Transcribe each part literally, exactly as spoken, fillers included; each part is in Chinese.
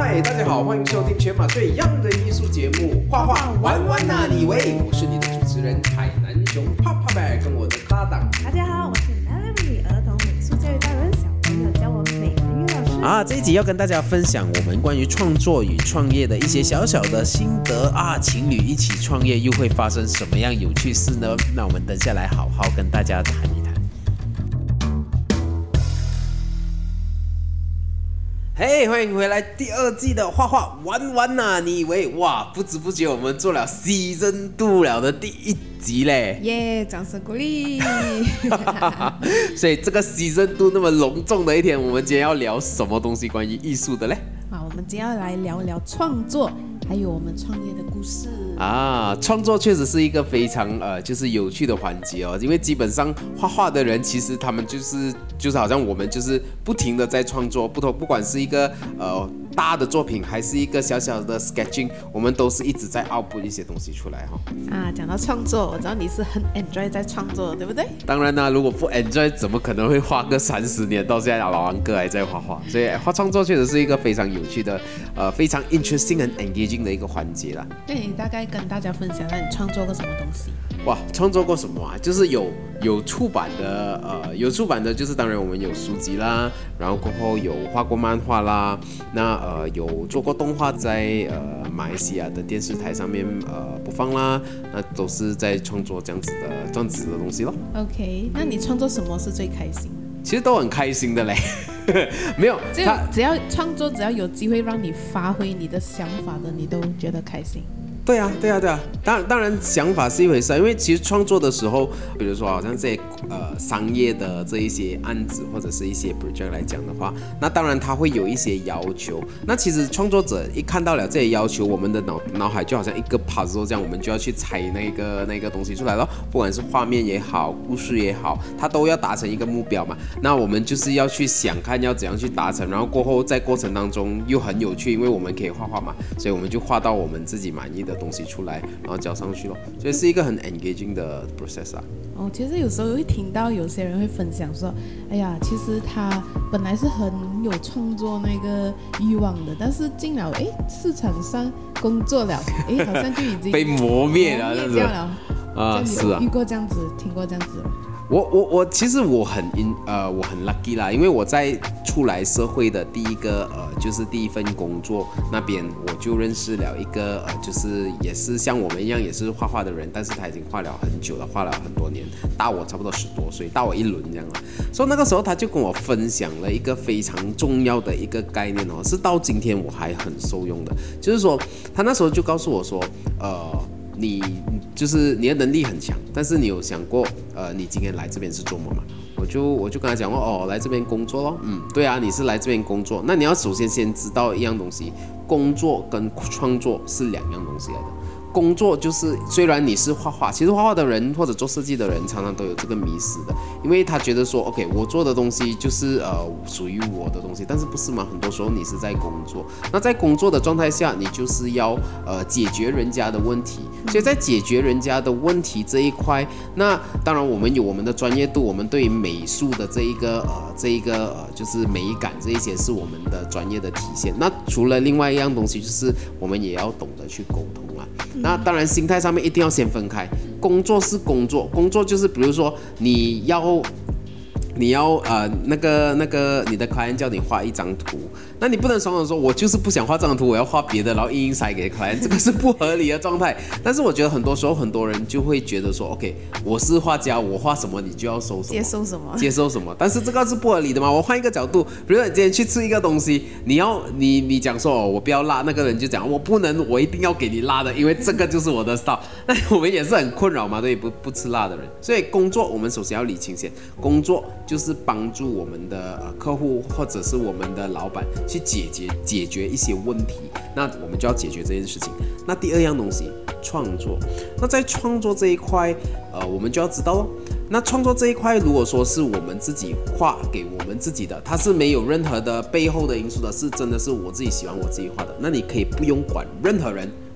嗨，大家好，欢迎收听全马最 young 的艺术节目《画画玩玩哪里喂》，我是你的主持人海南熊泡泡贝，跟我的搭档。 大家好，我是 Melody 儿童美术教育大人，小朋友叫我美人鱼老师。 啊，这一集要跟大家分享我们关于创作与创业的一些小小的心得啊，情侣一起创业又会发生什么样有趣事呢？那我们等下来好好跟大家谈一谈。嘿、hey, 欢迎回来第二季的画画玩玩呐！你以为哇，不知不觉我们做了 Season 二了的第一集嘞！ 耶、yeah, 掌声鼓励！ 所以这个 Season 二那么隆重的一天，我们今天要聊什么东西关于艺术的嘞？ 啊，我们今天要来聊聊创作，还有我们创业的故事啊。创作确实是一个非常呃，就是有趣的环节哦，因为基本上画画的人，其实他们就是就是好像我们就是不停的在创作，不同不管是一个呃大的作品，还是一个小小的 sketching， 我们都是一直在 output 一些东西出来哈、 哦。啊，讲到创作，我知道你是很 enjoy 在创作，对不对？ 当然啦，如果不 enjoy， 怎么可能会画个三十年？到现在老王哥还在画画，所以画创作确实是一个非常有趣的，呃，非常 interesting and engaging 的一个环节啦。 那你大概跟大家分享，那你创作过什么东西？ 哇，创作过什么啊？就是有有出版的，呃，有出版的，就是当然我们有书籍啦，然后过后有画过漫画啦，那呃有做过动画在呃马来西亚的电视台上面呃播放啦，那都是在创作这样子的这样子的东西咯。 OK， 那你创作什么是最开心？ 其实都很开心的嘞，没有， 只有只要创作，只要有机会让你发挥你的想法的，你都觉得开心。 对啊，对啊，对啊，当然，当然，想法是一回事，因为其实创作的时候，比如说好像这些呃商业的这一些案子或者是一些 project 来讲的话，那当然它会有一些要求。那其实创作者一看到了这些要求，我们的脑脑海就好像一个 puzzle 这样，我们就要去猜那个那个东西出来了。不管是画面也好，故事也好，它都要达成一个目标嘛。那我们就是要去想看要怎样去达成，然后过后在过程当中又很有趣，因为我们可以画画嘛，所以我们就画到我们自己满意的东西出来，然后交上去咯，所以是一个很 engaging 的 process 啊。 哦，其实有时候会听到有些人会分享说，哎呀，其实他本来是很有创作那个欲望的，但是进了哎市场上工作了，哎好像就已经被磨灭了， 磨灭掉了啊，是啊， 遇过这样子，听过这样子吗？ 我我我其实我很 in 呃我很 lucky 啦，因为我在出来社会的第一个呃就是第一份工作那边，我就认识了一个呃就是也是像我们一样也是画画的人，但是他已经画了很久了，画了很多年，大我差不多十多岁，大我一轮这样了。所以那个时候他就跟我分享了一个非常重要的一个概念哦，是到今天我还很受用的，就是说他那时候就告诉我说，呃。你就是你的能力很强，但是你有想过，呃，你今天来这边是做什么吗？我就我就跟他讲说，哦，来这边工作咯。嗯，对啊，你是来这边工作，那你要首先先知道一样东西，工作跟创作是两样东西来的。工作就是虽然你是画画，其实画画的人或者做设计的人常常都有这个迷思的，因为他觉得说 OK 我做的东西就是呃属于我的东西，但是不是嘛？很多时候你是在工作，那在工作的状态下，你就是要呃解决人家的问题，所以在解决人家的问题这一块，那当然我们有我们的专业度，我们对于美术的这一个呃这一个呃就是美感这一些是我们的专业的体现。那除了另外一样东西，就是我们也要懂得去沟通啦。那当然，心态上面一定要先分开。工作是工作，工作就是比如说你要你要呃那个那个你的 client 叫你画一张图，那你不能爽爽说我就是不想画这张图，我要画别的，然后硬硬塞给 client， 这个是不合理的状态。但是我觉得很多时候很多人就会觉得说 OK 我是画家，我画什么你就要收什么， 接受什么接受什么，但是这个是不合理的嘛。我换一个角度，比如说你今天去吃一个东西，你要你你讲说、哦、我不要辣，那个人就讲我不能，我一定要给你辣的，因为这个就是我的 style。那我们也是很困扰嘛，对，不不吃辣的人。所以工作我们首先要理清先，工作就是帮助我们的、呃、客户或者是我们的老板去解决解决一些问题，那我们就要解决这件事情。那第二样东西，创作。那在创作这一块，呃，我们就要知道咯。那创作这一块，如果说是我们自己画给我们自己的，它是没有任何的背后的因素的，是真的是我自己喜欢我自己画的，那你可以不用管任何人，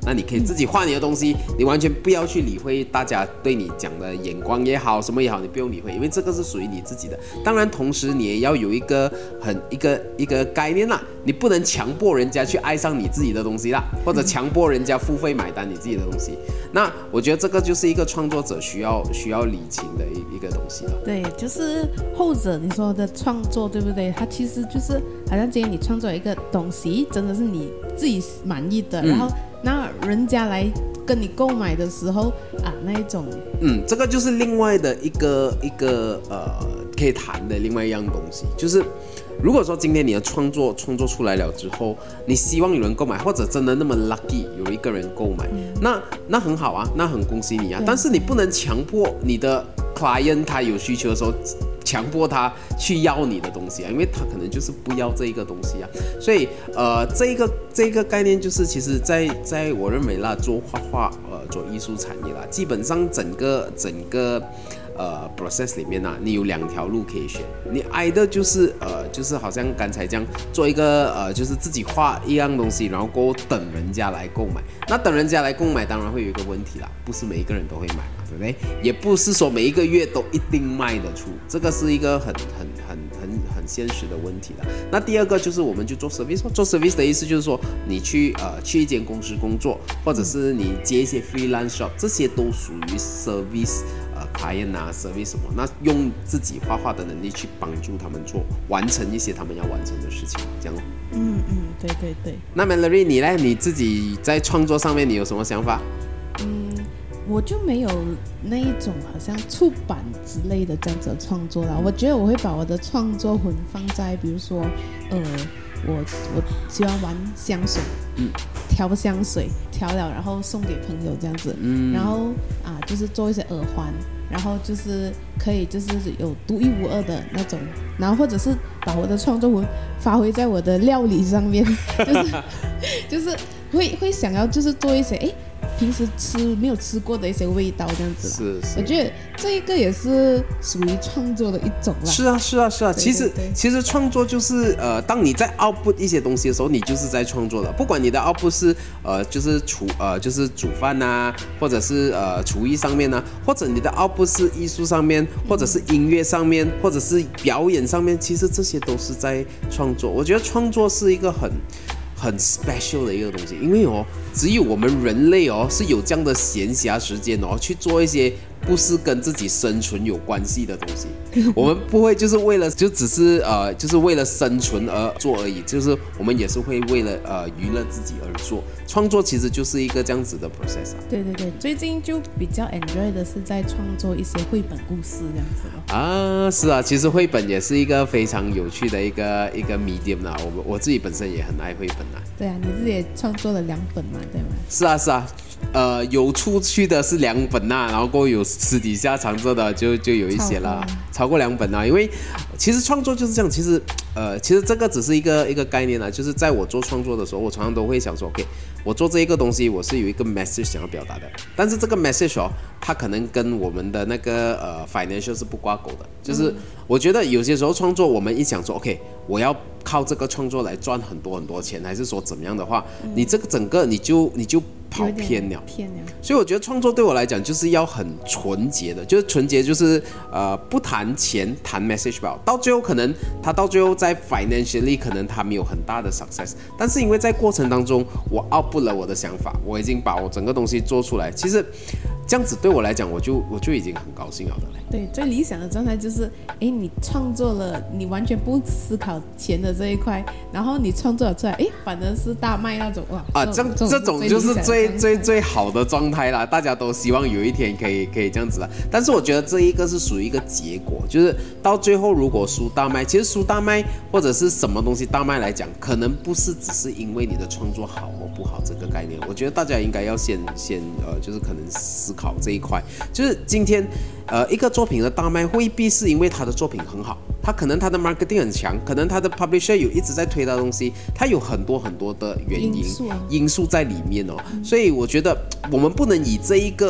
那你可以自己画你的东西，你完全不要去理会大家对你讲的眼光也好，什么也好，你不用理会，因为这个是属于你自己的。当然，同时你也要有一个很一个一个概念啦，你不能强迫人家去爱上你自己的东西啦，或者强迫人家付费买单你自己的东西。那我觉得这个就是一个创作者需要需要理清的一一个东西了。 对，就是后者你说的创作，对不对？它其实就是好像今天你创作一个东西，真的是你自己满意的，嗯、然后那人家来跟你购买的时候啊，那一种， 嗯，这个就是另外的一个一个呃可以谈的另外一样东西，就是如果说今天你的创作创作出来了之后，你希望有人购买，或者真的那么 lucky 有一个人购买，嗯、那那很好啊，那很恭喜你啊。但是你不能强迫你的 client 他有需求的时候，强迫他去要你的东西啊，因为他可能就是不要这一个东西啊。所以呃，这一个这一个概念就是，其实在在我认为啦，做画画呃做艺术产业啦，基本上整个整个。呃 process 里面呢、啊，你有两条路可以选，你挨的就是呃就是好像刚才这样做一个呃就是自己画一样东西，然后过后等人家来购买。那等人家来购买，当然会有一个问题啦，不是每一个人都会买嘛，对不对？也不是说每一个月都一定卖得出，这个是一个很很很很很现实的问题啦。那第二个就是我们就做 service， 做 service 的意思就是说你去呃去一间公司工作，或者是你接一些 freelance job， 这些都属于 service。client 啊 service 什么，那用自己画画的能力去帮助他们做完成一些他们要完成的事情，这样。 嗯嗯，对对对。 那 Mallory 你呢？你自己在创作上面你有什么想法？ 嗯，我就没有那一种好像出版之类的这样子的创作啦。我觉得我会把我的创作魂放在，比如说，呃，我我喜欢玩香水，嗯，调香水调了，然后送给朋友这样子，嗯，然后啊，就是做一些耳环。然后就是可以就是有独一无二的那种，然后或者是把我的创作文发挥在我的料理上面，就是就是会会想要就是做一些哎平时吃没有吃过的一些味道这样子啦。 是是， 我觉得这一个也是属于创作的一种啦。 是啊是啊是啊， 对对对， 其实其实创作就是呃，当你在 output 一些东西的时候，你就是在创作的。不管你的 output 是呃就是厨呃就是煮饭啊，或者是呃厨艺上面呢、啊，或者你的 output 是艺术上面，或者是音乐上面，或者是表演上面，其实这些都是在创作。我觉得创作是一个很。很 special 的一个东西，因为哦，只有我们人类哦是有这样的闲暇时间哦去做一些不是跟自己生存有关系的东西。我们不会就是为了就只是呃就是为了生存而做而已，就是我们也是会为了呃娱乐自己而做。创作其实就是一个这样子的 process 啊。 对对对，最近就比较 enjoy 的是在创作一些绘本故事这样子咯。 啊，是啊，其实绘本也是一个非常有趣的一个一个 medium 啦。我我自己本身也很爱绘本啦。 对啊，你自己也创作了两本嘛，对吗？ 是啊是啊。呃，有出去的是两本呐、啊，然后过后有私底下藏着的就就有一些啦，超过两本啊。因为其实创作就是这样，其实呃，其实这个只是一个一个概念啊，就是在我做创作的时候，我常常都会想说 ，OK， 我做这一个东西，我是有一个 message 想要表达的，但是这个 message 哦，它可能跟我们的那个呃 financial 是不挂钩的，就是我觉得有些时候创作，我们一想说 ，OK， 我要靠这个创作来赚很多很多钱，还是说怎么样的话，嗯、你这个整个你就你就跑偏了， 偏了。 所以我觉得创作对我来讲就是要很纯洁的，就是纯洁就是呃不谈钱，谈 message 吧。到最后可能他到最后在 financially 可能他没有很大的 success， 但是因为在过程当中我 output 了我的想法，我已经把我整个东西做出来，其实这样子对我来讲，我就我就已经很高兴了的嘞。 对，最理想的状态就是，哎，你创作了，你完全不思考钱的这一块，然后你创作了出来，哎，反而是大卖那种哇！ 啊，这这种就是最最最好的状态啦，大家都希望有一天可以可以这样子啦。但是我觉得这一个是属于一个结果，就是到最后如果书大卖，其实书大卖或者是什么东西大卖来讲，可能不是只是因为你的创作好或不好这个概念。我觉得大家应该要先先呃，就是可能思考这一块，就是今天呃一个作品的大卖未必是因为他的作品很好，他可能他的 marketing 很强，可能他的 publisher 有一直在推他的东西，他有很多很多的原因因素、啊、 因素在里面哦。嗯、所以我觉得我们不能以这一个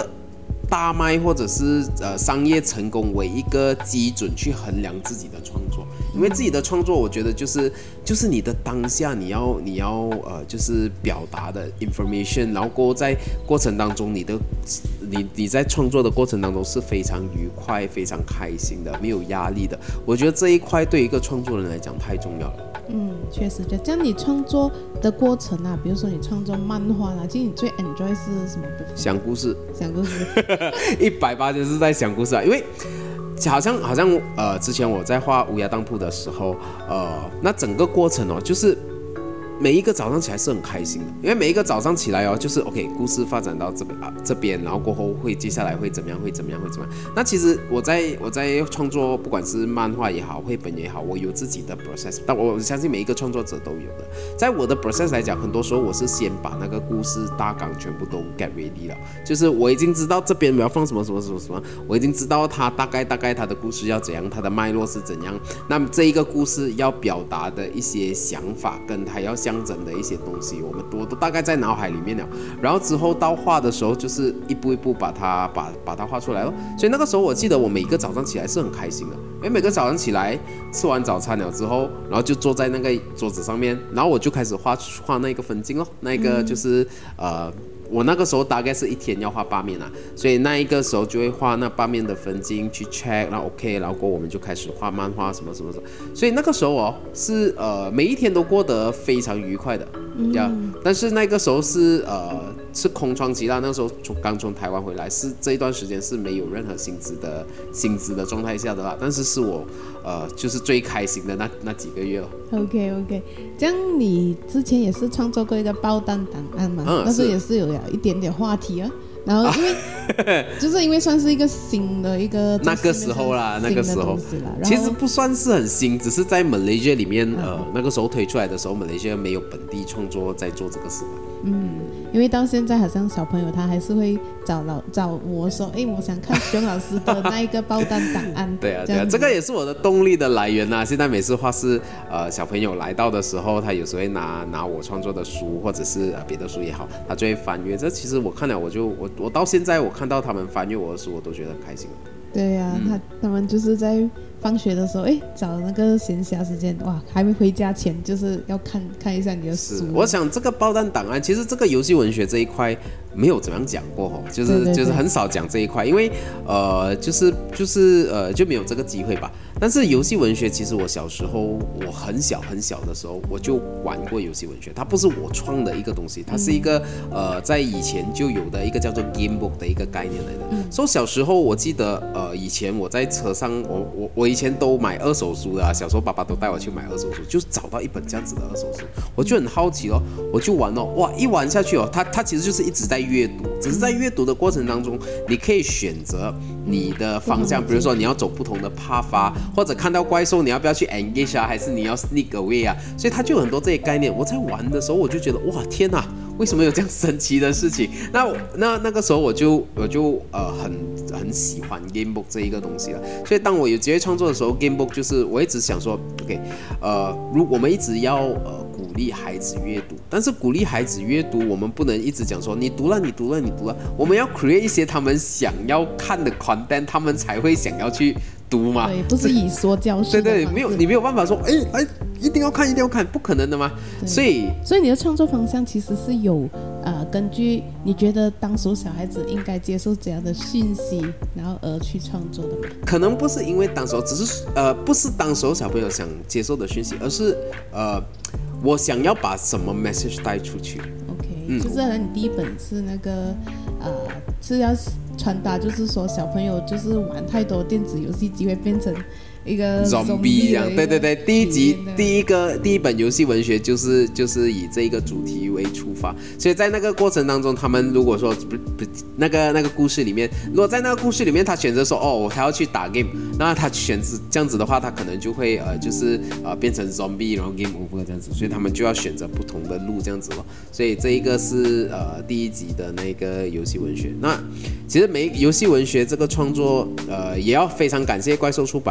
大卖或者是呃商业成功为一个基准去衡量自己的创作，因为自己的创作，我觉得就是就是你的当下你要你要呃就是表达的 information， 然后过后在过程当中你的你你在创作的过程当中是非常愉快、非常开心的，没有压力的。我觉得这一块对一个创作人来讲太重要了。 嗯，确实，就这样。你创作的过程啊，比如说你创作漫画啦，其实你最 enjoy 是什么部分？ 讲故事， 讲故事， 一百八就是在讲故事啊，因为好像好像呃，之前我在画乌鸦当铺的时候，呃，那整个过程哦，就是每一个早上起来是很开心的，因为每一个早上起来哦，就是 OK， 故事发展到这边啊这边，然后过后会接下来会怎么样，会怎么样，会怎么样。那其实我在我在创作，不管是漫画也好，绘本也好，我有自己的 process， 但我相信每一个创作者都有的。在我的 process 来讲，很多时候我是先把那个故事大纲全部都 get ready 了，就是我已经知道这边我要放什么什么什么什么，我已经知道它大概大概它的故事要怎样，它的脉络是怎样，那么这一个故事要表达的一些想法跟它要象征的一些东西，我们我都大概在脑海里面了。然后之后到画的时候，就是一步一步把它把把它画出来了。所以那个时候我记得我每一个早上起来是很开心的，因为每个早上起来吃完早餐了之后，然后就坐在那个桌子上面，然后我就开始画画那个分镜哦，那个就是、嗯、呃。我那个时候大概是一天要画八面啊，所以那一个时候就会画那八面的分镜去 check， 然后 OK， 然后过后我们就开始画漫画什么什么什么，所以那个时候哦是呃每一天都过得非常愉快的，呀、嗯，但是那个时候是呃是空窗期啦，那时候从刚从台湾回来，是这一段时间是没有任何薪资的薪资的状态下的啦，但是是我呃就是最开心的那那几个月了。 OK OK， 这样你之前也是创作过一个爆弹档案嘛？嗯，但是也是有一点点话题啊。然后因为、啊、就是因为算是一个新的一个那个时候啦，那个时候其实不算是很新，只是在 Malaysia 里面、嗯、呃那个时候推出来的时候 Malaysia 没有本地创作在做这个事。 嗯，因为到现在好像小朋友他还是会找老找我说，哎，我想看熊老师的那一个爆弹档案。 对啊，对啊，这个也是我的动力的来源呐、啊。现在每次画室呃小朋友来到的时候，他有时候会拿拿我创作的书，或者是、呃、别的书也好，他就会翻阅。这其实我看了，我就我我到现在我看到他们翻阅我的书，我都觉得很开心。 对呀、啊嗯，他他们就是在放学的时候，哎，找那个闲暇时间，哇，还没回家前就是要看看一下你的书。 我想这个爆弹档案，其实这个游戏文学这一块没有怎么样讲过哦，就是对对对就是很少讲这一块，因为呃，就是就是呃就没有这个机会吧。但是游戏文学，其实我小时候我很小很小的时候我就玩过游戏文学，它不是我创的一个东西，它是一个、嗯、呃在以前就有的一个叫做 game book 的一个概念来的。嗯、所以小时候我记得呃以前我在车上，我我我以前都买二手书的、啊，小时候爸爸都带我去买二手书，就是找到一本这样子的二手书，我就很好奇哦，我就玩哦，哇，一玩下去哦，它它其实就是一直在阅读，只是在阅读的过程当中，你可以选择你的方向，比如说你要走不同的 path 啊，或者看到怪兽你要不要去 engage 啊，还是你要 sneak away 啊，所以它就有很多这些概念。我在玩的时候我就觉得哇天哪，为什么有这样神奇的事情？那那那个时候我就我就呃很很喜欢 game book 这一个东西了。所以当我有机会创作的时候 ，game book 就是我一直想说 ，OK， 呃，如我们一直要呃鼓励孩子阅读，但是鼓励孩子阅读，我们不能一直讲说你读了你读了你读了，我们要 create 一些他们想要看的 content， 他们才会想要去读嘛。 对，不是以说教式的方式。 对对，没有你没有办法说，哎哎，一定要看一定要看，不可能的嘛。所以所以你的创作方向其实是有呃根据你觉得当时小孩子应该接受怎样的讯息，然后而去创作的吗？ 可能不是因为当时候，只是呃不是当时候小朋友想接受的讯息，而是呃我想要把什么 message 带出去。 OK，、嗯、就是可能你第一本是那个呃是要传达，就是说小朋友就是玩太多电子游戏机会变成一个 zombie 一样，对对对，第一集第一个第一本游戏文学就是就是以这个主题为出发，所以在那个过程当中，他们如果说不不那个那个故事里面，如果在那个故事里面他选择说哦，他要去打 game， 那他选择这样子的话，他可能就会呃就是呃变成 zombie， 然后 game over 这样子，所以他们就要选择不同的路这样子咯。所以这一个是呃第一集的那个游戏文学。那其实每游戏文学这个创作呃也要非常感谢怪兽出版小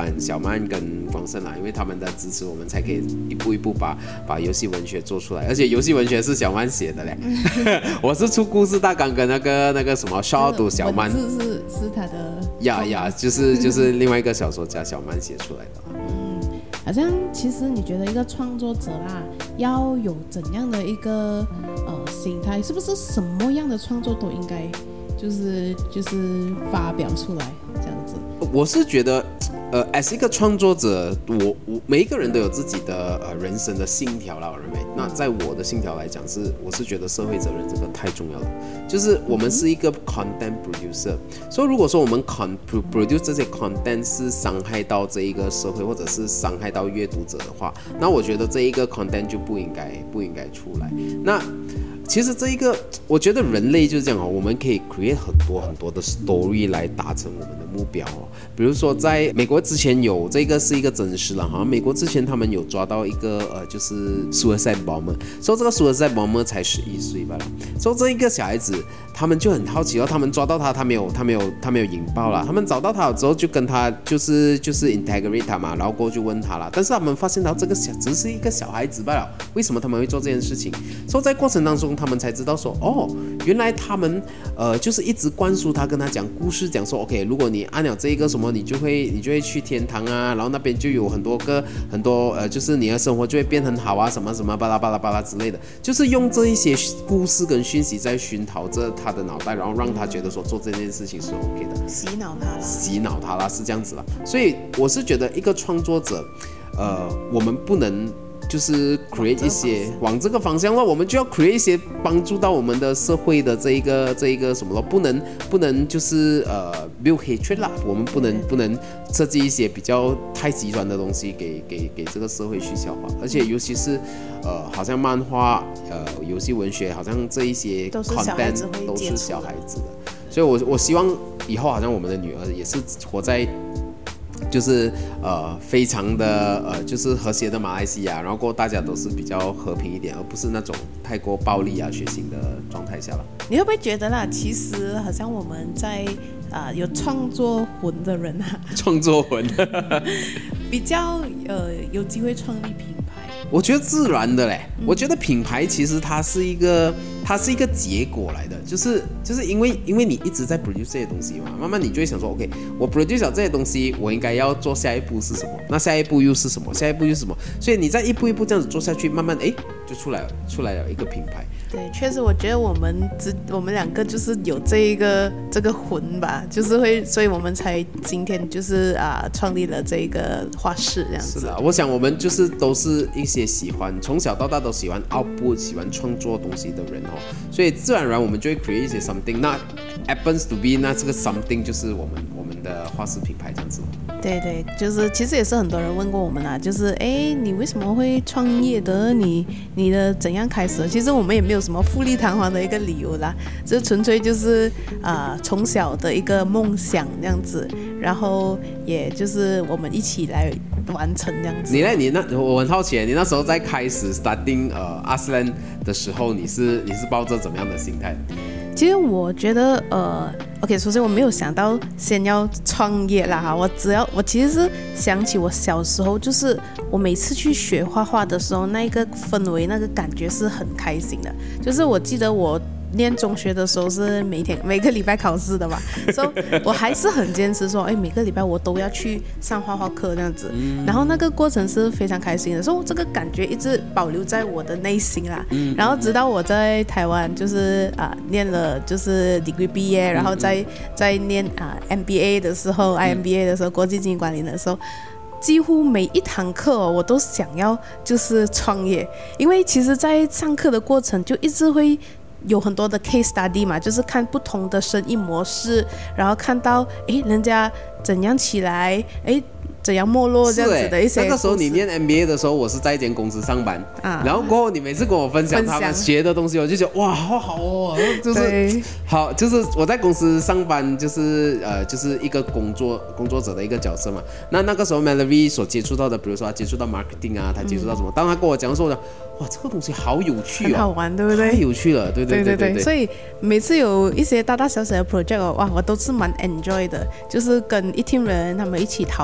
曼跟光胜啦，因为他们的支持，我们才可以一步一步把把游戏文学做出来。而且游戏文学是小曼写的嘞，我是出故事大纲跟那个那个什么 shout out 小曼， 文字是是他的呀呀，就是就是另外一个小说家小曼写出来的。 嗯，好像其实你觉得一个创作者啦，要有怎样的一个呃心态？是不是什么样的创作都应该就是就是发表出来这样子？ 我是觉得，呃，as 一个创作者，我我每一个人都有自己的呃人生的信条啦，我认为。那在我的信条来讲是，我是觉得社会责任这个太重要了。就是我们是一个 content producer，所以如果说我们 con produce 这些 content 是伤害到这一个社会，或者是伤害到阅读者的话，那我觉得这一个 content 就不应该不应该出来。那其实这一个，我觉得人类就是这样哦，我们可以 create 很多很多的 story 来达成我们的目标哦。比如说，在美国之前有这个是一个真实了，好像美国之前他们有抓到一个呃，就是 suicide bomber， 所以这个 suicide bomber 才十一岁罢了。所以这一个小孩子，他们就很好奇哦，他们抓到他，他没有他没有他没有引爆了，他们找到他了之后就跟他就是就是 integrate 他嘛，然后过后就问他了，但是他们发现到这个小只是一个小孩子罢了，为什么他们会做这件事情？所以在过程当中，他们才知道说，哦，原来他们呃就是一直灌输他，跟他讲故事，讲说 OK， 如果你按了这一个什么，你就会你就会去天堂啊，然后那边就有很多个很多呃，就是你的生活就会变很好啊，什么什么巴拉巴拉巴拉之类的，就是用这一些故事跟讯息在熏陶着他的脑袋，然后让他觉得说做这件事情是 OK 的， 洗脑他啦， 洗脑他啦，是这样子啦。所以我是觉得一个创作者，呃，我们不能。就是 create 一些往这个方向了，我们就要 create 一些帮助到我们的社会的这一个这一个什么了，不能不能就是呃 build hatred 啦，我们不能不能设计一些比较太极端的东西给给给这个社会去消化，而且尤其是呃好像漫画呃游戏文学，好像这一些 content 都是小孩子的，所以我我希望以后好像我们的女儿也是活在。就是呃非常的呃就是和谐的马来西亚，然后过后大家都是比较和平一点，而不是那种太过暴力啊血腥的状态下了。 你会不会觉得啦？其实好像我们在啊、呃、有创作魂的人啊， 创作魂比较呃有机会创立品牌。 我觉得自然的嘞，嗯、我觉得品牌其实它是一个它是一个结果来的，就是就是因为因为你一直在 produce 这些东西嘛，慢慢你就会想说 ，OK， 我 produce 了这些东西，我应该要做下一步是什么？那下一步又是什么？下一步又是什么？所以你再一步一步这样子做下去，慢慢哎就出来了，出来了一个品牌。 对，确实，我觉得我们只我们两个就是有这一个这个魂吧，就是会，所以我们才今天就是啊创立了这一个画室这样子。 是的，我想我们就是都是一些喜欢从小到大都喜欢 output、喜欢创作东西的人哦，所以自然而然我们就会 create 一些 something。那 happens to be 那这个 something 就是我们我们的画室品牌这样子。 对对，就是其实也是很多人问过我们啊，就是哎，你为什么会创业的？你你的怎样开始？其实我们也没有什么富丽堂皇的一个理由啦，这纯粹就是啊、呃、从小的一个梦想这样子，然后也就是我们一起来完成这样子。 你呢？你那我很好奇，你那时候在开始 starting 呃 Arslan 的时候，你是你是抱着怎么样的心态？ 其实我觉得，呃 ，OK， 首先我没有想到先要创业啦哈，我只要我其实是想起我小时候，就是我每次去学画画的时候，那个氛围、那个感觉是很开心的。就是我记得我念中学的时候是每天每个礼拜考试的嘛，所以我还是很坚持说，哎，每个礼拜我都要去上画画课这样子。嗯、然后那个过程是非常开心的，所以这个感觉一直保留在我的内心啦。嗯、然后直到我在台湾就是啊、呃、念了就是 degree 毕业，然后再再念啊、呃、M B A 的时候、嗯、I M B A 的时候，国际经营管理的时候。几乎每一堂课、哦、我都想要就是创业，因为其实在上课的过程就一直会有很多的 case study 嘛，就是看不同的生意模式，然后看到诶人家怎样起来，诶怎样没落这样子的一些。 那个时候你念 M B A 的时候，我是在一间公司上班，啊、然后过后你每次跟我分享他们学的东西，我就觉得哇好好哦，就是好，就是我在公司上班，就是呃就是一个工作工作者的一个角色嘛。那那个时候 Melody 所接触到的，比如说他接触到 marketing 啊，他接触到什么，嗯、当他跟我讲的时候，我讲哇这个东西好有趣哦， 很好玩，对不对？ 太有趣了，对对对 对, 对, 对, 对。 所以每次有一些大大小小的 project 哦，哇，我都是蛮 enjoy 的，就是跟一群人他们一起讨论。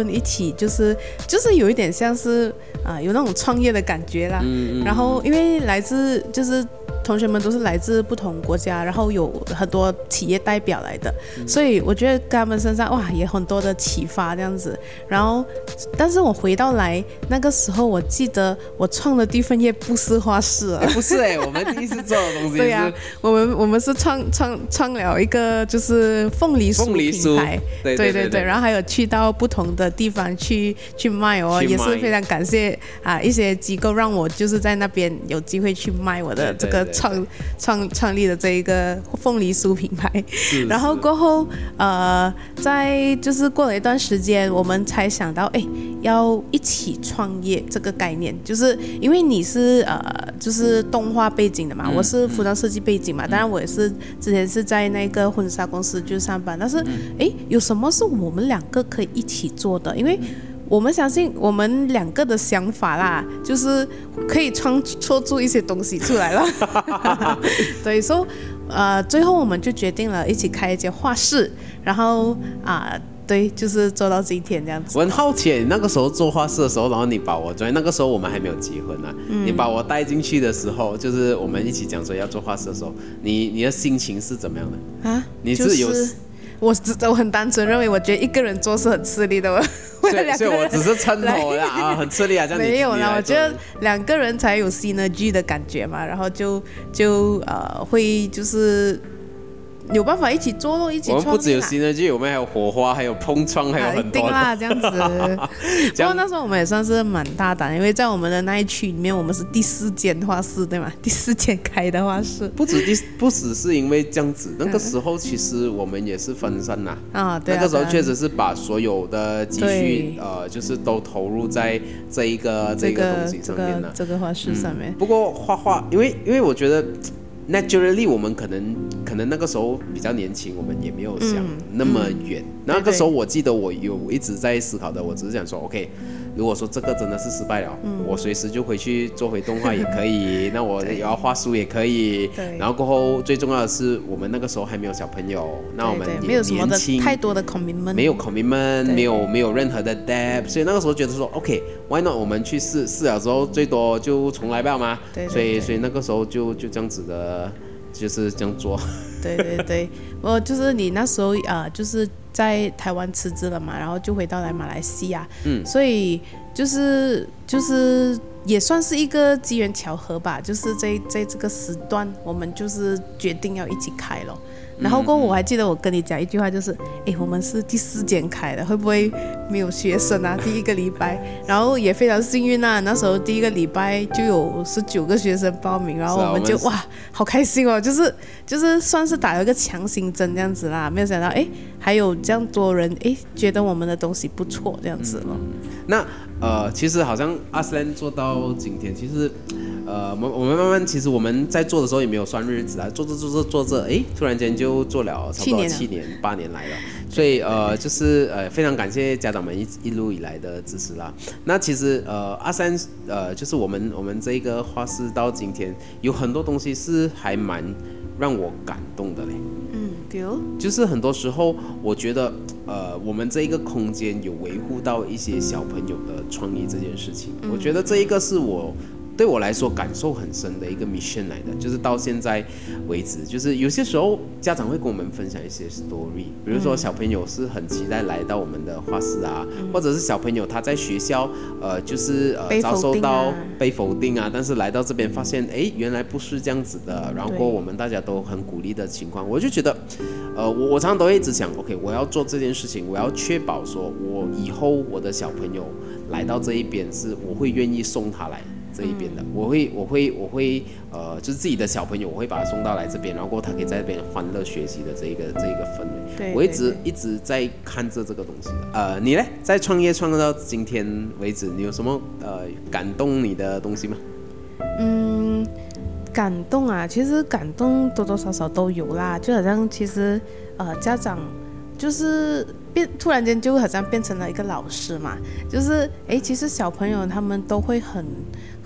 人一起，就是就是有一点像是啊、呃、有那种创业的感觉啦。嗯嗯。然后因为来自就是同学们都是来自不同国家，然后有很多企业代表来的，嗯、所以我觉得跟他们身上哇也很多的启发这样子。然后，但是我回到来那个时候，我记得我创的第一份业不是画室啊， 不是哎、欸，我们第一次做的东西对呀、啊，我们我们是创创创了一个就是凤梨酥品牌， 对对 对, 对, 对， 然后还有去到不同的地方去去卖哦，也是非常感谢啊一些机构让我就是在那边有机会去卖我的这个创对对对创创立的这一个凤梨酥品牌，然后过后呃，在就是过了一段时间，我们才想到哎要一起创业这个概念，就是因为你是呃就是动画背景的嘛，嗯、我是服装设计背景嘛，嗯、当然我也是之前是在那个婚纱公司就上班，但是哎、嗯、有什么是我们两个可以一起做的？因为我们相信我们两个的想法啦，就是可以创作出一些东西出来了。对，所以呃，最后我们就决定了一起开一间画室，然后啊、呃，对，就是做到今天这样子。 我很好奇，那个时候做画室的时候，然后你把我，那个时候我们还没有结婚啊，嗯、你把我带进去的时候，就是我们一起讲说要做画室的时候，你你的心情是怎么样的啊？ 你是有。 就是我我很单纯认为，我觉得一个人做是很吃力的。 所以，所以我只是撑头的啊，很吃力啊，这样没有啦，我觉得两个人才有 synergy 的感觉嘛，然后就就呃会就是有办法一起做咯，一起创业。 我们不只有 synergy， 我们还有火花，还有碰撞，还有很多。 一定啦，这样子。不过那时候我们也算是蛮大胆，因为在我们的那一区里面，我们是第四间画室，对吗？第四间开的画室。 不止第，不只是因为这样子，那个时候其实我们也是分散呐。 啊，对啊。 那个时候确实是把所有的积蓄，呃，就是都投入在这一个这个东西上面了。 这个画室上面。 不过画画，因为因为我觉得。Naturally， 我们可能可能那个时候比较年轻，我们也没有想那么远。嗯嗯、那个时候我记得我有一直在思考的，我只是想说 ，OK， 如果说这个真的是失败了，嗯、我随时就回去做回动画也可以，那我也要画书也可以。然后过后最重要的是，我们那个时候还没有小朋友，那我们也没有什么的年轻， 太多的 commitment， 没有 commitment， 没有没有任何的 debt， 所以那个时候觉得说 ，OK，why not？ 我们去试试了之后，最多就重来吧嘛。 对对对， 所以所以那个时候就就这样子的。就是这样做。 对对对，我就是你那时候呃，就是在台湾辞职了嘛，然后就回到来马来西亚，嗯，所以就是就是也算是一个机缘巧合吧，就是在在这个时段，我们就是决定要一起开了。然后过后我还记得我跟你讲一句话，就是哎，我们是第四间开的，会不会没有学生啊？第一个礼拜，然后也非常幸运啊，那时候第一个礼拜就有十九个学生报名，然后我们就、啊、我们哇，好开心哦，就是就是算是打了一个强心针这样子啦，没有想到哎，还有这样多人哎觉得我们的东西不错这样子咯。 嗯、那呃，其实好像阿斯兰做到今天，其实。呃，我们我们慢慢，其实我们在做的时候也没有算日子啊，做着做着做着，哎，突然间就做了差不多七年八年来了，所以呃，就是呃，非常感谢家长们一一路以来的支持啦。那其实呃，阿三呃，就是我们我们这一个画室到今天有很多东西是还蛮让我感动的嘞。 嗯，比如就是很多时候我觉得呃，我们这一个空间有维护到一些小朋友的创意这件事情，嗯、我觉得这一个是我。对我来说感受很深的一个 mission 来的，就是到现在为止，就是有些时候家长会跟我们分享一些 story， 比如说小朋友是很期待来到我们的画室啊，嗯、或者是小朋友他在学校呃就是呃遭受到被否定啊，但是来到这边发现哎原来不是这样子的，然后我们大家都很鼓励的情况，我就觉得呃我我常常都会一直想 OK 我要做这件事情，我要确保说我以后我的小朋友来到这一边是我会愿意送他来。这一边的，我会，我会，我会，呃，就是自己的小朋友，我会把他送到来这边，然后他可以在这边欢乐学习的这一个这一个氛围。 对， 我一直一直在看着这个东西的。呃，你呢，在创业创到今天为止，你有什么呃感动你的东西吗？ 嗯，感动啊，其实感动多多少少都有啦，就好像其实呃家长就是变突然间就好像变成了一个老师嘛，就是哎，其实小朋友他们都会很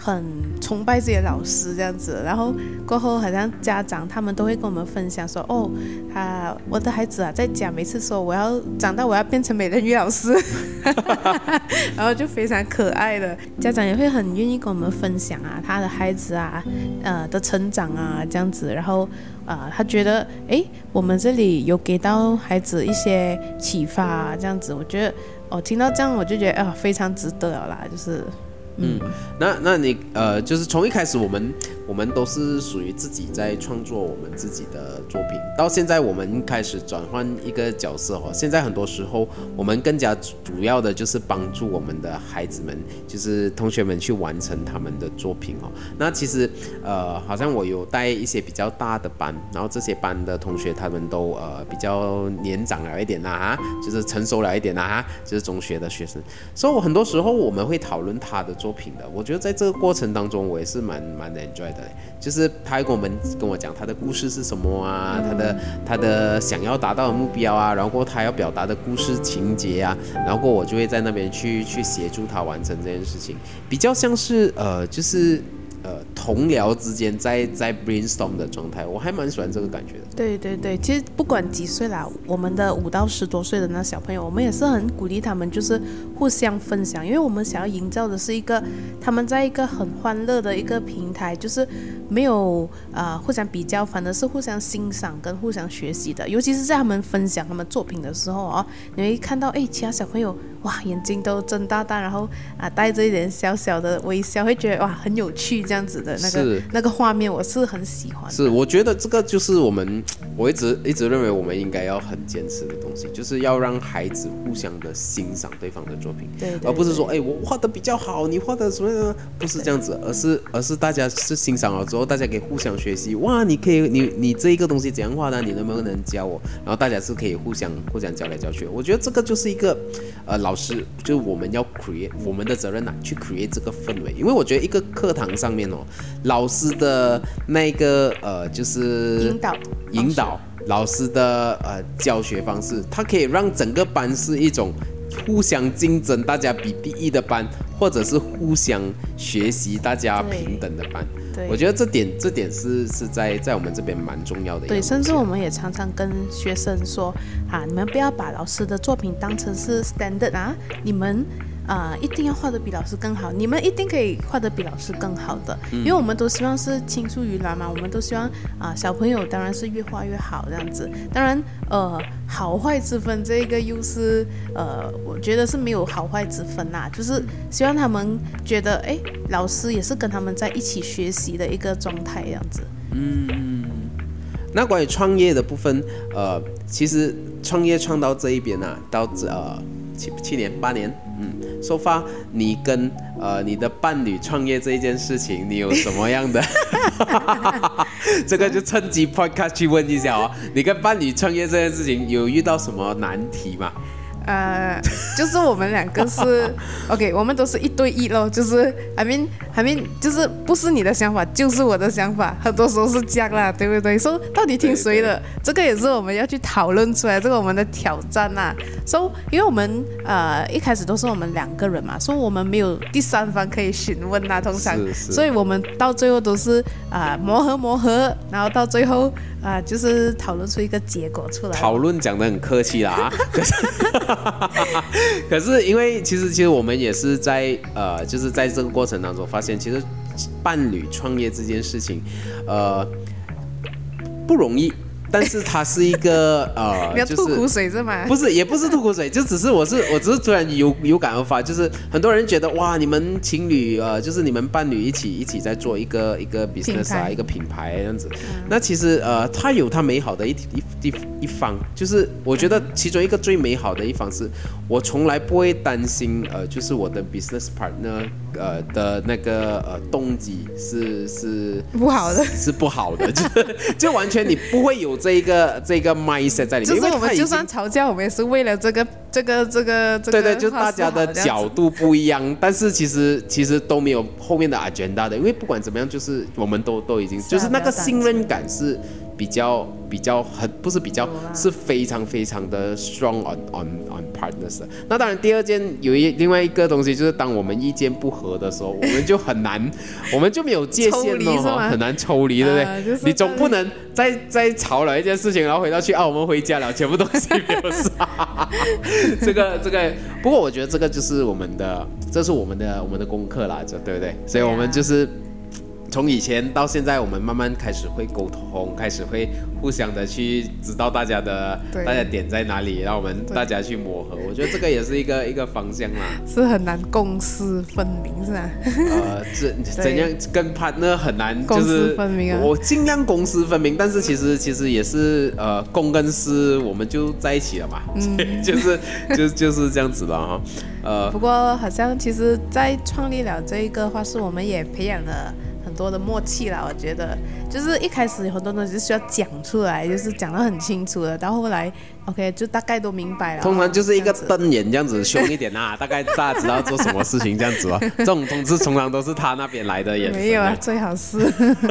很崇拜自己的老师这样子，然后过后好像家长他们都会跟我们分享说，哦，他我的孩子啊，在家每次说我要长大我要变成美人鱼老师，然后就非常可爱的，家长也会很愿意跟我们分享啊，他的孩子啊，呃的成长啊这样子，然后啊、呃，他觉得诶，我们这里有给到孩子一些启发啊，这样子，我觉得哦，听到这样我就觉得啊、呃，非常值得了啦，就是。 嗯，那那你呃，就是从一开始我们我们都是属于自己在创作我们自己的作品，到现在我们开始转换一个角色哦。现在很多时候我们更加主要的就是帮助我们的孩子们，就是同学们去完成他们的作品哦。那其实呃，好像我有带一些比较大的班，然后这些班的同学他们都呃比较年长了一点啦，就是成熟了一点啦，就是中学的学生，所以我很多时候我们会讨论他的作品的，我觉得在这个过程当中，我也是蛮蛮 enjoy 的，就是他会跟我们跟我讲他的故事是什么啊，他的他的想要达到的目标啊，然后他要表达的故事情节啊，然后我就会在那边去去协助他完成这件事情，比较像是呃就是呃同僚之间在在 brainstorm 的状态，我还蛮喜欢这个感觉的。 对对对，其实不管几岁啦，我们的五到十多岁的那小朋友，我们也是很鼓励他们，就是互相分享，因为我们想要营造的是一个他们在一个很欢乐的一个平台，就是没有呃互相比较，反而是互相欣赏跟互相学习的。尤其是在他们分享他们作品的时候哦，你会看到哎，其他小朋友哇眼睛都睁大大，然后啊带着一点小小的微笑，会觉得哇很有趣这样子的那个那个画面，我是很喜欢的。 是，我觉得这个就是我们。我一直一直认为我们应该要很坚持的东西，就是要让孩子互相的欣赏对方的作品， 对对对， 而不是说，哎，我画的比较好，你画的什么呢？不是这样子，而是而是大家是欣赏了之后，大家可以互相学习。哇，你可以，你你这一个东西怎样画的？你能不能教我？然后大家是可以互相互相教来教去。我觉得这个就是一个，呃，老师就是我们要 create 我们的责任呐、啊，去 create 这个氛围。因为我觉得一个课堂上面哦，老师的那个呃就是引导引导。老师的呃教学方式，它可以让整个班是一种互相竞争、大家比第一的班，或者是互相学习、大家平等的班。我觉得这点这点是是在在我们这边蛮重要的。 对，甚至我们也常常跟学生说啊，你们不要把老师的作品当成是 standard 啊，你们。啊、呃，一定要画得比老师更好，你们一定可以画得比老师更好的，嗯、因为我们都希望是青出于蓝嘛，我们都希望啊、呃，小朋友当然是越画越好这样子。当然，呃，好坏之分这个又是呃，我觉得是没有好坏之分啦，就是希望他们觉得，哎，老师也是跟他们在一起学习的一个状态这样子。 嗯，那关于创业的部分，呃，其实创业创到这一边啊，到呃七七年八年，嗯。so far 你跟呃你的伴侣创业这一件事情，你有什么样的？这个就趁机 podcast 去问一下哦，你跟伴侣创业这件事情有遇到什么难题吗？ 呃，就是我们两个是 OK， 我们都是一对一咯，就是 I mean I mean 就是不是你的想法就是我的想法，很多时候是这样啦，对不对？所、so, 以到底听谁的？这个也是我们要去讨论出来，这个我们的挑战啦。所、so, 以因为我们呃一开始都是我们两个人嘛，所、so, 以我们没有第三方可以询问啦，通常，所以我们到最后都是啊、呃、磨合磨合，然后到最后啊、呃、就是讨论出一个结果出来。 讨论讲得很客气啦啊，可是。可是因为其实其实我们也是在呃就是在这个过程当中发现，其实伴侣创业这件事情呃不容易，但是它是一个呃你要吐苦水是吗？ 不是，也不是吐苦水，就只是我是我只是突然有有感而发，就是很多人觉得哇，你们情侣呃就是你们伴侣一起一起在做一个一个 business 啊，一个品牌这样子。嗯、那其实呃它有它美好的一一一一方，就是我觉得其中一个最美好的一方是，我从来不会担心呃就是我的 business partner 呃的那个呃动机是是不好的， 是不好的，就就完全你不会有这一个这个 mindset 在里面， 就是我们就算吵架，我们也是为了这个这个这个这个， 对对，就大家的角度不一样，但是其实其实都没有后面的 agenda 的，因为不管怎么样，就是我们都都已经就是那个信任感是比较比较很不是比较，是非常非常的 strong on on on partners 的。那当然，第二件有一另外一个东西，就是当我们意见不合的时候，我们就很难，我们就没有界限哦，很难抽离，对不对？呃就是、你总不能再再吵了一件事情，然后回到去啊，我们回家了，全部东西没有杀。这个这个，不过我觉得这个就是我们的，这是我们的我们的功课啦，这对不对？所以我们就是。从以前到现在，我们慢慢开始会沟通，开始会互相的去知道大家的大家点在哪里，让我们大家去磨合。我觉得这个也是一个一个方向啦。 是很难公私分明，是吧？ 呃，这怎样跟 partner 很难，就是公私分明啊。 我尽量公私分明，但是其实其实也是呃公跟私，我们就在一起了嘛，嗯、就是就就是这样子了哈。呃， 不过好像其实，在创立了这一个话，是我们也培养了。很多的默契啦，我觉得就是一开始有很多东西是需要讲出来，就是讲得很清楚的，到后来 OK 就大概都明白了。 通常就是一个瞪眼这样子，凶一点啊，大概大家知道做什么事情这样子吧。这种通知通常都是他那边来的眼神。 没有啊，最好是。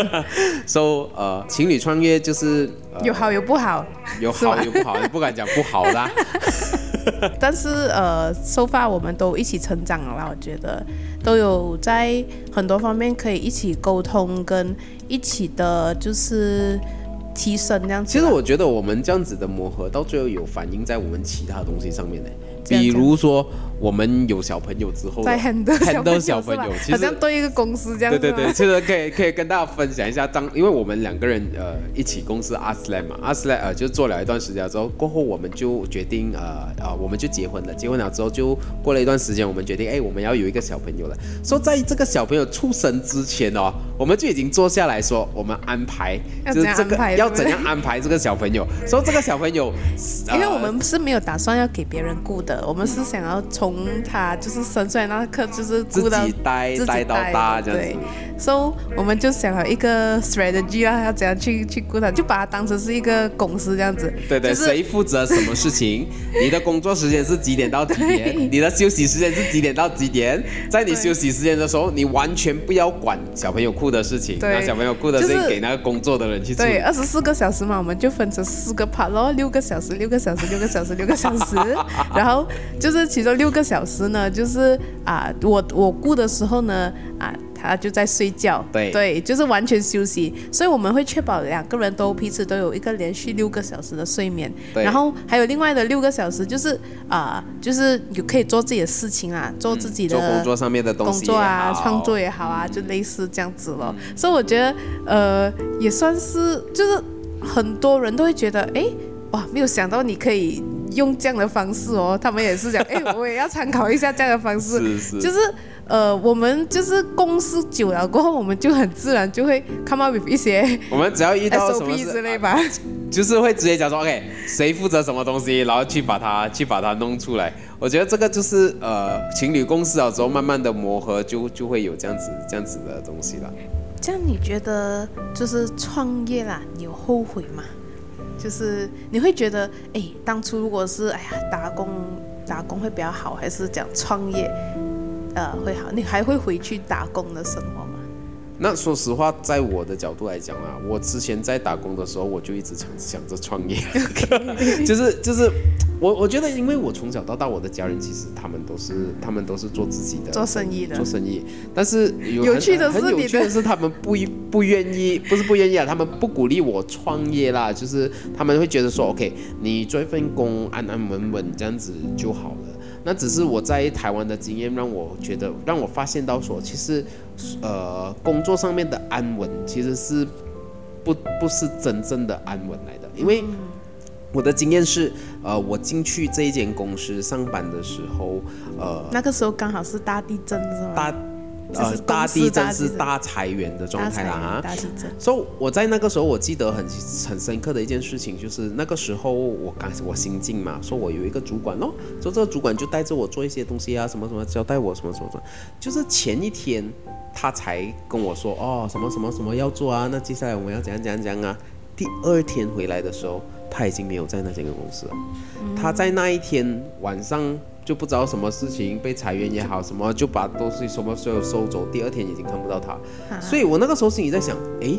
So 呃，情侣创业就是、 呃、有好有不好， 有好有不好，你不敢讲不好啦。 但是呃，so far我们都一起成长了啦，我觉得都有在很多方面可以一起沟通，跟一起的就是提升这样子。 其实我觉得我们这样子的磨合，到最后有反映在我们其他东西上面的。比如说，我们有小朋友之后， 在 handle 小朋友， 其实好像对一个公司这样。 对对对，其实可以可以跟大家分享一下，当因为我们两个人呃一起公司 Aslam 嘛 ，Aslam 呃就做了一段时间之后，过后我们就决定呃呃我们就结婚了，结婚了之后就过了一段时间，我们决定哎我们要有一个小朋友了。说在这个小朋友出生之前哦，我们就已经坐下来说我们安排，就是这个要怎样安排这个小朋友。说这个小朋友， 因为我们是没有打算要给别人顾的。我们是想要从他就是生出来那刻就是顾到自己带带到大这样子， 所以我们就想了一个 strategy 啦，要怎样去去顾他，就把它当成是一个公司这样子。 对对，就是、谁负责什么事情？你的工作时间是几点到几点？你的休息时间是几点到几点？在你休息时间的时候，你完全不要管小朋友哭的事情，那小朋友哭的事情给那个工作的人去做。 对，二十四个小时嘛，我们就分成四个 part 咯，六个小时，六个小时，六个小时，六个小时，然后。就是其中六个小时呢，就是啊，我我顾的时候呢，啊，他就在睡觉， 对对，就是完全休息，所以我们会确保两个人都彼此都有一个连续六个小时的睡眠，然后还有另外的六个小时，就是啊，就是有可以做自己的事情啊，做自己的、 嗯、做工作上面的东西工作啊，创作也好啊，就类似这样子咯。嗯、所以我觉得呃，也算是就是很多人都会觉得，哎，哇，没有想到你可以。用这样的方式哦，他们也是讲，哎，我也要参考一下这样的方式， 是是， 就是呃，我们就是共事久了过后，我们就很自然就会 come up with 一些， 我们只要遇到什么 S O P 之类吧， 就是会直接讲说 ，OK， 谁负责什么东西，然后去把它去把它弄出来。我觉得这个就是呃，情侣共事了之后，慢慢的磨合就就会有这样子这样子的东西了。 这样你觉得就是创业啦，你有后悔吗？就是你会觉得，哎，当初如果是哎呀打工打工会比较好，还是讲创业，呃会好？你还会回去打工的生活吗？ 那说实话，在我的角度来讲啊，我之前在打工的时候，我就一直想想着创业，就是就是我我觉得，因为我从小到大，我的家人其实他们都是他们都是做自己的做生意的做生意，但是有有趣的是很有趣的是，他们不不愿意，不是不愿意啊，他们不鼓励我创业啦，就是他们会觉得说 ，OK， 你做一份工安安稳稳这样子就好了。那只是我在台湾的经验让我觉得，让我发现到说，其实，呃，工作上面的安稳其实是不不是真正的安稳来的，因为我的经验是，呃，我进去这一间公司上班的时候，呃， 那个时候刚好是大地震是吗？ 大呃，大地震是大裁员的状态啦啊！ 大地震。 所以我在那个时候，我记得很很深刻的一件事情，就是那个时候我刚我新进嘛，说我有一个主管咯，说这个主管就带着我做一些东西啊，什么什么交代我什么什么什么，就是前一天他才跟我说哦什么什么什么要做啊，那接下来我们要怎样怎样怎样啊。第二天回来的时候，他已经没有在那间公司了，嗯、他在那一天晚上。就不知道什么事情被裁员也好，什么就把东西什么所有收走，第二天已经看不到他，啊、所以我那个时候心里在想，诶，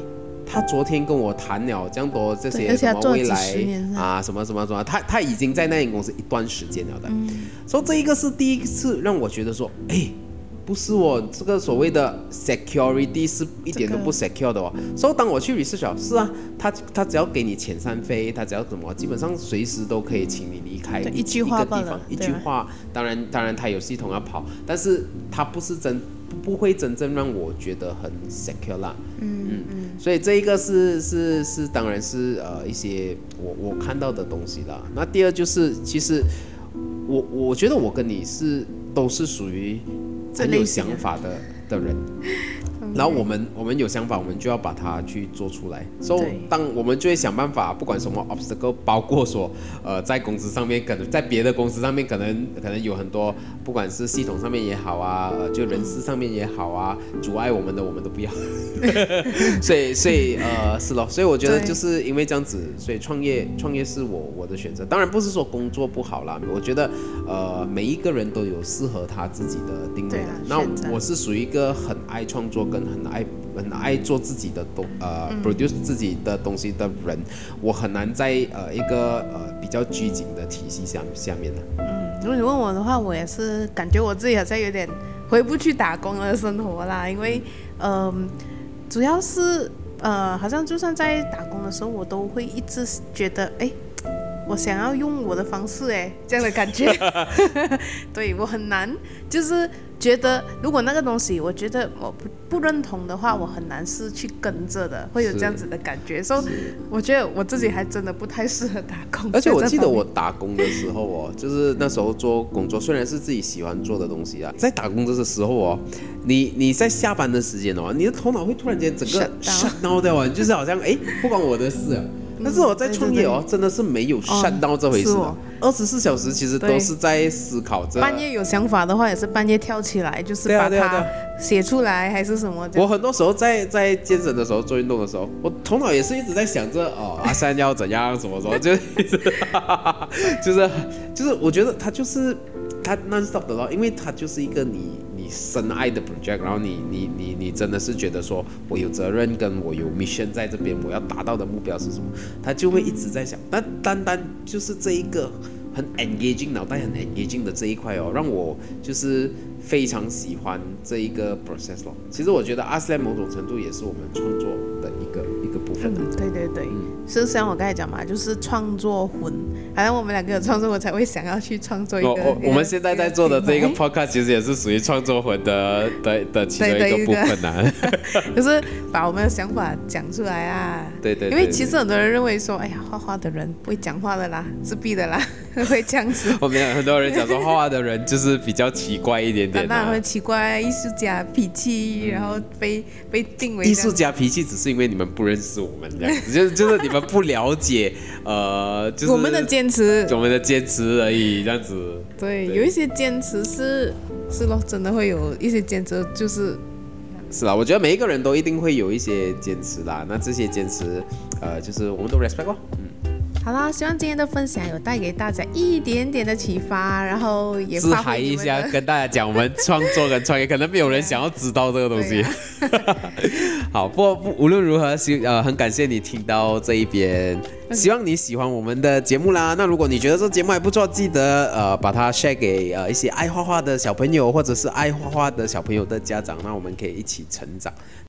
他昨天跟我谈了这样多这些对而且什么未他做了几十来年是吧啊什么什么什么，他他已经在那间公司一段时间了的， 嗯所以这一个是第一次让我觉得说，哎。不是我这个所谓的 security 是一点都不 secure 的哦。所以当我去 research， 是啊，他他只要给你遣散费，他只要怎么，基本上随时都可以请你离开一句话一个地方，一句话。当然当然他有系统要跑，但是他不是真不会真正让我觉得很 secure 啦。嗯嗯嗯。所以这一个是是是，当然是呃一些我我看到的东西啦。那第二就是，其实我我觉得我跟你是都是属于。很有想法的的人，然后我们我们有想法，我们就要把它去做出来。所以当我们就会想办法，不管什么 obstacle， 包括说呃在公司上面，可能在别的公司上面，可能可能有很多，不管是系统上面也好啊，呃、就人事上面也好啊，阻碍我们的我们都不要。所以所以呃是咯，所以我觉得就是因为这样子，所以创业创业是我我的选择。当然不是说工作不好啦，我觉得呃每一个人都有适合他自己的定位的。啊、那我是属于一个很爱创作跟很爱很爱做自己的东呃、嗯、produce 自己的东西的人，我很难在呃一个呃比较拘谨的体系下下面的。 嗯，如果你问我的话，我也是感觉我自己好像有点回不去打工的生活啦，因为嗯、呃、主要是呃好像就算在打工的时候，我都会一直觉得哎。我想要用我的方式哎，这样的感觉，对我很难，就是觉得如果那个东西我觉得我不不认同的话，我很难是去跟着的，会有这样子的感觉，所以我觉得我自己还真的不太适合打工。 而且我记得我打工的时候哦，就是那时候做工作，虽然是自己喜欢做的东西啊，在打工的时候哦，你你在下班的时间哦，你的头脑会突然间整个 shut down 掉啊，就是好像哎不关我的事啊。但是我在创业哦，嗯、对对对真的是没有 shut down 这回事的。二十四小时其实都是在思考着。 半夜有想法的话，也是半夜跳起来，就是把它写出来，还是什么？ 我很多时候在在健身的时候做运动的时候，我头脑也是一直在想着哦，阿三要怎样什么什么，就就是就是，我觉得他就是他 non stop 的咯，因为他就是一个你。你深爱的 project， 然后你你你你真的是觉得说我有责任跟我有 mission 在这边，我要达到的目标是什么？他就会一直在想。但单单就是这一个很 engaging 脑袋很 engaging 的这一块哦，让我就是非常喜欢这一个 process 咯。其实我觉得阿斯莱某种程度也是我们创作的一个一个部分、 嗯。对对对，嗯、是像我刚才讲嘛，就是创作魂，好像我们两个有创作魂才会想要去创作一个。 我我我们现在在做的这一个 podcast 其实也是属于创作魂的的的其中一个部分啊， 就是把我们的想法讲出来啊。 对 对, 对, 对, 对， 因为其实很多人认为说，哎呀，画画的人不会讲话的啦，自闭的啦，会这样子。 我们有很多人讲说，画画的人就是比较奇怪一点点、啊， 当然会奇怪，艺术家脾气，然后被被定为艺术家脾气，只是因为你们不认识我们这样子，就是就是你们不了解，呃，就是我们的坚持， 我们的坚持而已，这样子。 对，对有一些坚持是是咯，真的会有一些坚持，就是。 是啦，我觉得每一个人都一定会有一些坚持啦。那这些坚持，呃，就是我们都 respect 哦。嗯， 好啦，希望今天的分享有带给大家一点点的启发，然后也自嗨一下，跟大家讲我们创作跟创业，可能没有人想要知道这个东西。啊、好，不不，无论如何，希呃很感谢你听到这一边。希望你喜欢我们的节目啦。那如果你觉得这节目还不错，记得呃把它 share 给呃一些爱画画的小朋友，或者是爱画画的小朋友的家长，那我们可以一起成长。